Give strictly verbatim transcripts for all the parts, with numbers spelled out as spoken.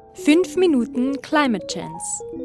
fünf Minuten Climate Chance.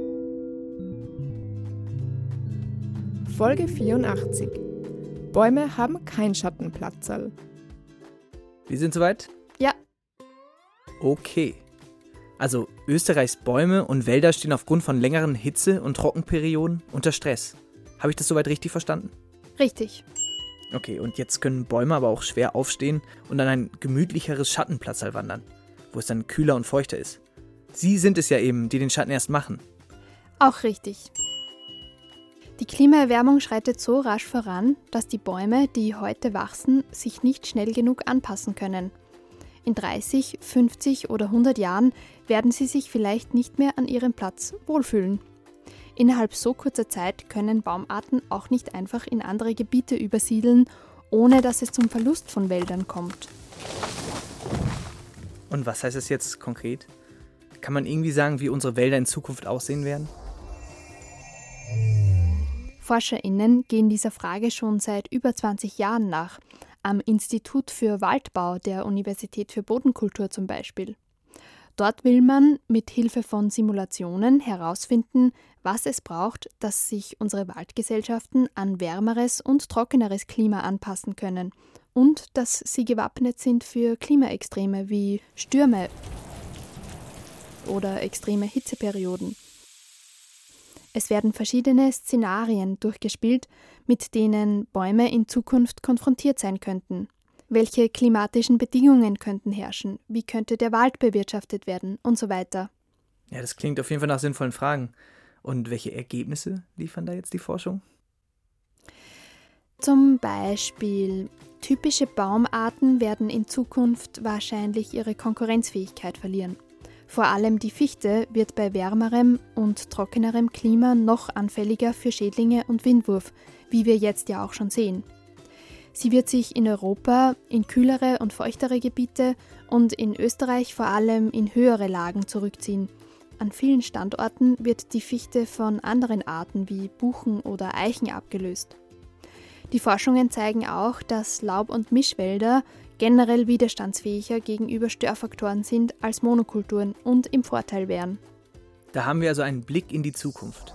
Folge vierundachtzig. Bäume haben kein Schattenplatzerl. Wir sind soweit? Ja. Okay. Also Österreichs Bäume und Wälder stehen aufgrund von längeren Hitze- und Trockenperioden unter Stress. Habe ich das soweit richtig verstanden? Richtig. Okay, und jetzt können Bäume aber auch schwer aufstehen und an ein gemütlicheres Schattenplatzerl wandern, wo es dann kühler und feuchter ist. Sie sind es ja eben, die den Schatten erst machen. Auch richtig. Die Klimaerwärmung schreitet so rasch voran, dass die Bäume, die heute wachsen, sich nicht schnell genug anpassen können. In dreißig, fünfzig oder hundert Jahren werden sie sich vielleicht nicht mehr an ihrem Platz wohlfühlen. Innerhalb so kurzer Zeit können Baumarten auch nicht einfach in andere Gebiete übersiedeln, ohne dass es zum Verlust von Wäldern kommt. Und was heißt das jetzt konkret? Kann man irgendwie sagen, wie unsere Wälder in Zukunft aussehen werden? ForscherInnen gehen dieser Frage schon seit über zwanzig Jahren nach, am Institut für Waldbau der Universität für Bodenkultur zum Beispiel. Dort will man mit Hilfe von Simulationen herausfinden, was es braucht, dass sich unsere Waldgesellschaften an wärmeres und trockeneres Klima anpassen können und dass sie gewappnet sind für Klimaextreme wie Stürme oder extreme Hitzeperioden. Es werden verschiedene Szenarien durchgespielt, mit denen Bäume in Zukunft konfrontiert sein könnten. Welche klimatischen Bedingungen könnten herrschen? Wie könnte der Wald bewirtschaftet werden? Und so weiter. Ja, das klingt auf jeden Fall nach sinnvollen Fragen. Und welche Ergebnisse liefern da jetzt die Forschung? Zum Beispiel, typische Baumarten werden in Zukunft wahrscheinlich ihre Konkurrenzfähigkeit verlieren. Vor allem die Fichte wird bei wärmerem und trockenerem Klima noch anfälliger für Schädlinge und Windwurf, wie wir jetzt ja auch schon sehen. Sie wird sich in Europa in kühlere und feuchtere Gebiete und in Österreich vor allem in höhere Lagen zurückziehen. An vielen Standorten wird die Fichte von anderen Arten wie Buchen oder Eichen abgelöst. Die Forschungen zeigen auch, dass Laub- und Mischwälder generell widerstandsfähiger gegenüber Störfaktoren sind als Monokulturen und im Vorteil wären. Da haben wir also einen Blick in die Zukunft.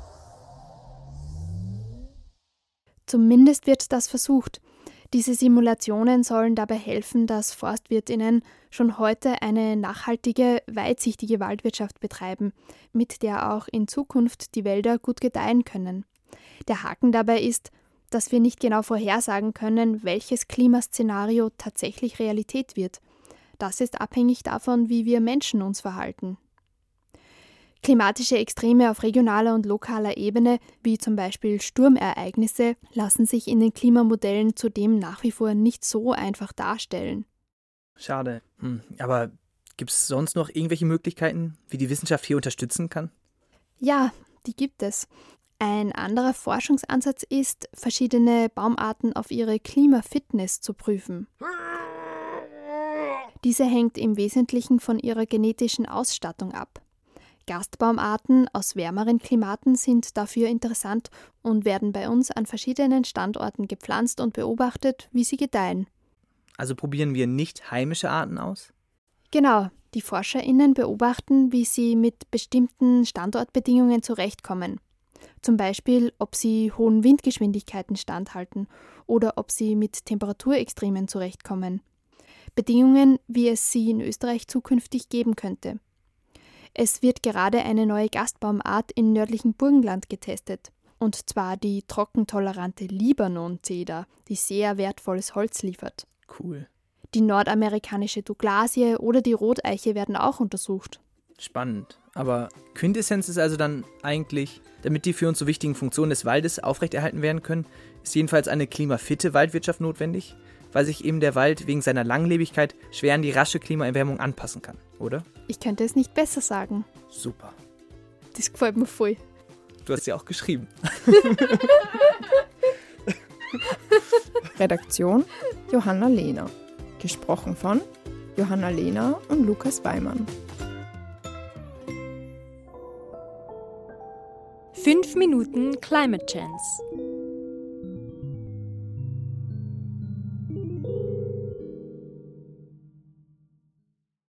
Zumindest wird das versucht. Diese Simulationen sollen dabei helfen, dass ForstwirtInnen schon heute eine nachhaltige, weitsichtige Waldwirtschaft betreiben, mit der auch in Zukunft die Wälder gut gedeihen können. Der Haken dabei ist, dass wir nicht genau vorhersagen können, welches Klimaszenario tatsächlich Realität wird. Das ist abhängig davon, wie wir Menschen uns verhalten. Klimatische Extreme auf regionaler und lokaler Ebene, wie zum Beispiel Sturmereignisse, lassen sich in den Klimamodellen zudem nach wie vor nicht so einfach darstellen. Schade. Hm. Aber gibt es sonst noch irgendwelche Möglichkeiten, wie die Wissenschaft hier unterstützen kann? Ja, die gibt es. Ein anderer Forschungsansatz ist, verschiedene Baumarten auf ihre Klimafitness zu prüfen. Diese hängt im Wesentlichen von ihrer genetischen Ausstattung ab. Gastbaumarten aus wärmeren Klimaten sind dafür interessant und werden bei uns an verschiedenen Standorten gepflanzt und beobachtet, wie sie gedeihen. Also probieren wir nicht heimische Arten aus? Genau, die ForscherInnen beobachten, wie sie mit bestimmten Standortbedingungen zurechtkommen. Zum Beispiel, ob sie hohen Windgeschwindigkeiten standhalten oder ob sie mit Temperaturextremen zurechtkommen. Bedingungen, wie es sie in Österreich zukünftig geben könnte. Es wird gerade eine neue Gastbaumart im nördlichen Burgenland getestet. Und zwar die trockentolerante Libanon-Zeder, die sehr wertvolles Holz liefert. Cool. Die nordamerikanische Douglasie oder die Roteiche werden auch untersucht. Spannend. Aber Quintessenz ist also dann eigentlich, damit die für uns so wichtigen Funktionen des Waldes aufrechterhalten werden können, ist jedenfalls eine klimafitte Waldwirtschaft notwendig, weil sich eben der Wald wegen seiner Langlebigkeit schwer an die rasche Klimaerwärmung anpassen kann, oder? Ich könnte es nicht besser sagen. Super. Das gefällt mir voll. Du hast ja auch geschrieben. Redaktion Johanna Lehner. Gesprochen von Johanna Lehner und Lukas Weimann. fünf Minuten Climate Chance.